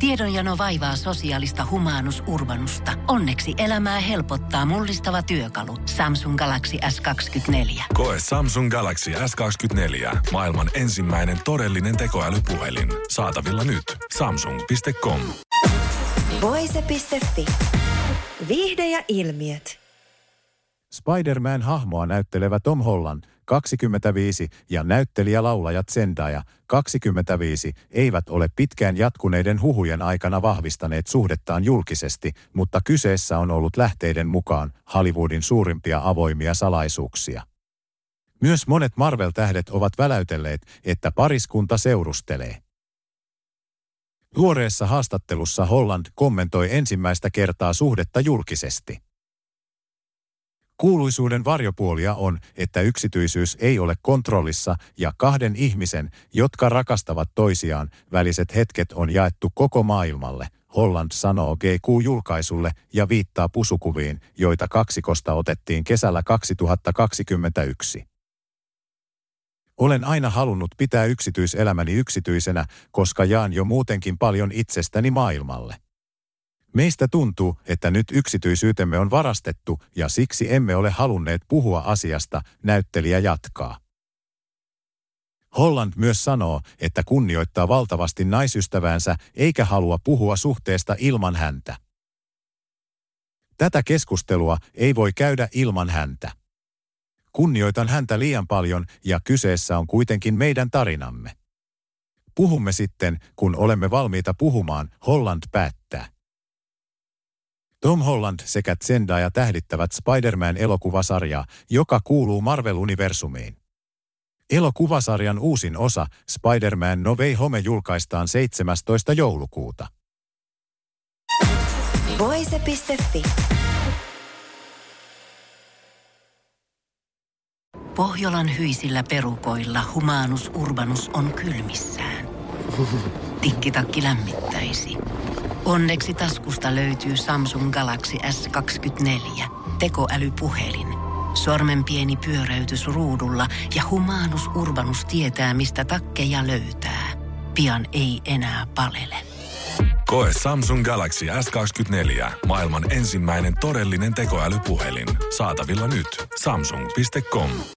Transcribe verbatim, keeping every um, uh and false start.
Tiedonjano vaivaa sosiaalista humanus urbanusta. Onneksi elämää helpottaa mullistava työkalu. Samsung Galaxy S kaksikymmentäneljä. Koe Samsung Galaxy S kaksikymmentäneljä. Maailman ensimmäinen todellinen tekoälypuhelin. Saatavilla nyt. samsung piste com. Voise piste fi. Viihde ja ilmiöt. Spider-Man-hahmoa näyttelevä Tom Holland, kaksikymmentäviisi, ja näyttelijä-laulaja Zendaya, kaksikymmentäviisi, eivät ole pitkään jatkuneiden huhujen aikana vahvistaneet suhdettaan julkisesti, mutta kyseessä on ollut lähteiden mukaan Hollywoodin suurimpia avoimia salaisuuksia. Myös monet Marvel-tähdet ovat väläytelleet, että pariskunta seurustelee. Tuoreessa haastattelussa Holland kommentoi ensimmäistä kertaa suhdetta julkisesti. Kuuluisuuden varjopuolia on, että yksityisyys ei ole kontrollissa ja kahden ihmisen, jotka rakastavat toisiaan, väliset hetket on jaettu koko maailmalle, Holland sanoo G Q-julkaisulle ja viittaa pusukuviin, joita kaksikosta otettiin kesällä kaksituhattakaksikymmentäyksi. Olen aina halunnut pitää yksityiselämäni yksityisenä, koska jaan jo muutenkin paljon itsestäni maailmalle. Meistä tuntuu, että nyt yksityisyytemme on varastettu ja siksi emme ole halunneet puhua asiasta, näyttelijä jatkaa. Holland myös sanoo, että kunnioittaa valtavasti naisystäväänsä eikä halua puhua suhteesta ilman häntä. Tätä keskustelua ei voi käydä ilman häntä. Kunnioitan häntä liian paljon ja kyseessä on kuitenkin meidän tarinamme. Puhumme sitten, kun olemme valmiita puhumaan, Holland päättää. Tom Holland sekä Zendaya tähdittävät Spider-Man-elokuvasarjaa, joka kuuluu Marvel-universumiin. Elokuvasarjan uusin osa, Spider-Man No Way Home, julkaistaan seitsemästoista joulukuuta. Voise piste fi. Pohjolan hyisillä perukoilla humanus urbanus on kylmissään. Tikkitakki lämmittäisi. Onneksi taskusta löytyy Samsung Galaxy S kaksikymmentäneljä, tekoälypuhelin. Sormen pieni pyöräytys ruudulla ja humanus urbanus tietää, mistä takkeja löytää. Pian ei enää palele. Koe Samsung Galaxy S kaksikymmentäneljä. Maailman ensimmäinen todellinen tekoälypuhelin. Saatavilla nyt. samsung piste com.